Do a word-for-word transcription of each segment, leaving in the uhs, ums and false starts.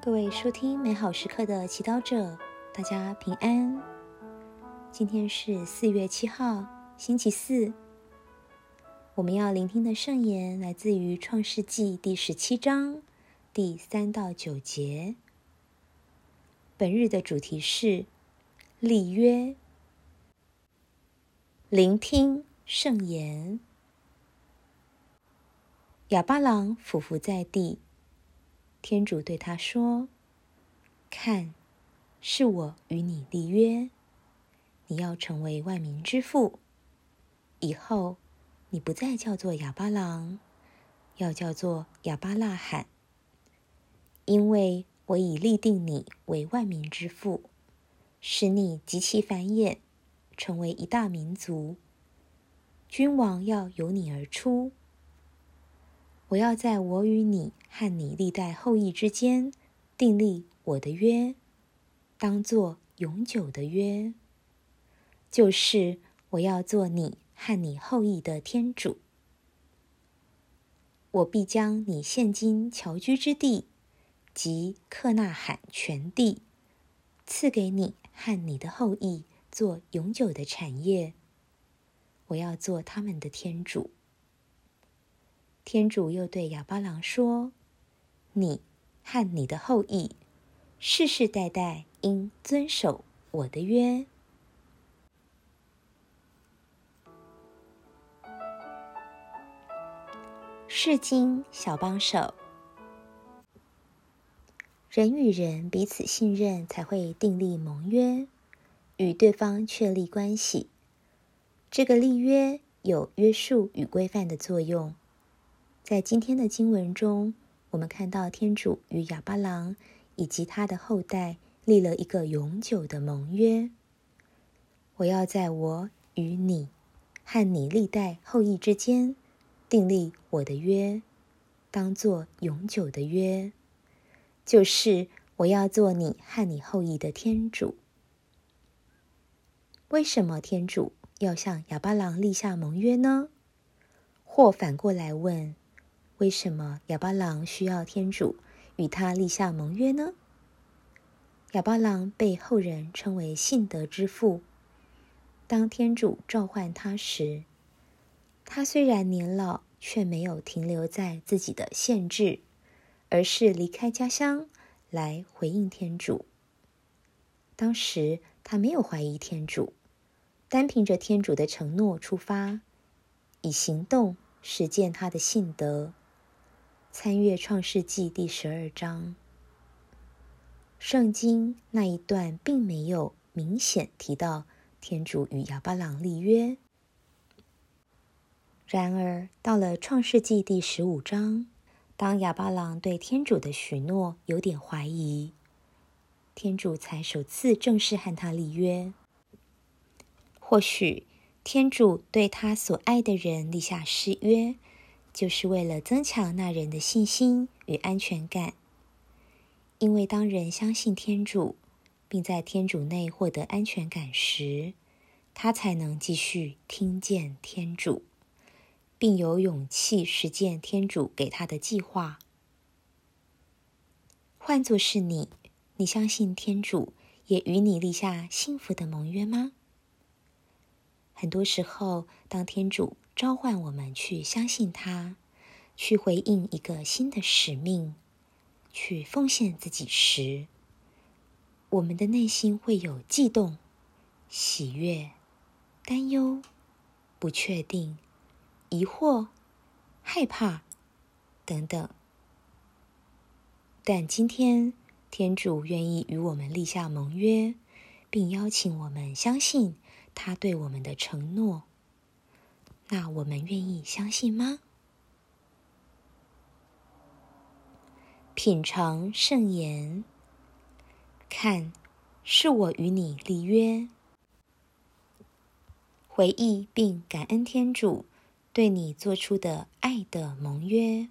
各位收听美好时刻的祈祷者，大家平安。今天是四月七号，星期四。我们要聆听的圣言来自于创世纪第十七章第三到九节。本日的主题是立约。聆听圣言。亚巴郎俯伏在地，天主对他说：看，是我与你立约，你要成为万民之父。以后你不再叫做亚巴郎，要叫做亚巴辣罕，因为我已立定你为万民之父，使你极其繁衍，成为一大民族。君王要由你而出。我要在我与你和你历代后裔之间订立我的约，当作永久的约，就是我要做你和你后裔的天主。我必将你现今侨居之地及克纳罕全地赐给你和你的后裔做永久的产业。我要做他们的天主。天主又对亚巴郎说：你和你的后裔世世代代应遵守我的约。释经小帮手。人与人彼此信任，才会订立盟约，与对方确立关系。这个立约有约束与规范的作用。在今天的经文中，我们看到天主与亚巴郎以及他的后代立了一个永久的盟约。我要在我与你和你历代后裔之间订立我的约，当作永久的约，就是我要做你和你后裔的天主。为什么天主要向亚巴郎立下盟约呢？或反过来问，为什么亚巴郎需要天主与他立下盟约呢？亚巴郎被后人称为信德之父。当天主召唤他时，他虽然年老，却没有停留在自己的限制，而是离开家乡来回应天主。当时他没有怀疑天主，单凭着天主的承诺出发，以行动实践他的信德。参阅创世纪第十二章。圣经那一段并没有明显提到天主与亚巴郎立约。然而到了创世纪第十五章，当亚巴郎对天主的许诺有点怀疑，天主才首次正式和他立约。或许天主对他所爱的人立下誓约，就是为了增强那人的信心与安全感。因为当人相信天主，并在天主内获得安全感时，他才能继续听见天主，并有勇气实践天主给他的计划。换作是你，你相信天主也与你立下幸福的盟约吗？很多时候，当天主召唤我们去相信他，去回应一个新的使命，去奉献自己时，我们的内心会有悸动、喜悦、担忧、不确定、疑惑、害怕等等。但今天，天主愿意与我们立下盟约，并邀请我们相信他对我们的承诺。那我们愿意相信吗？品尝圣言。看，是我与你立约。回忆并感恩天主对你做出的爱的盟约。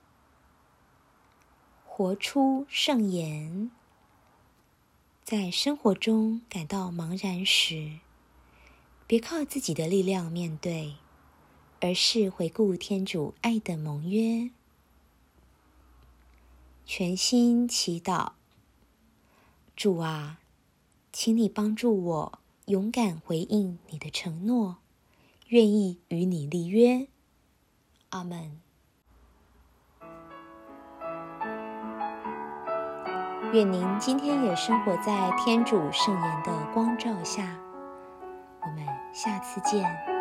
活出圣言。在生活中感到茫然时，别靠自己的力量面对，而是回顾天主爱的盟约。全心祈祷。 主啊，请你帮助我勇敢回应你的承诺，愿意与你立约。阿们。愿您今天也生活在天主圣言的光照下。我们下次见。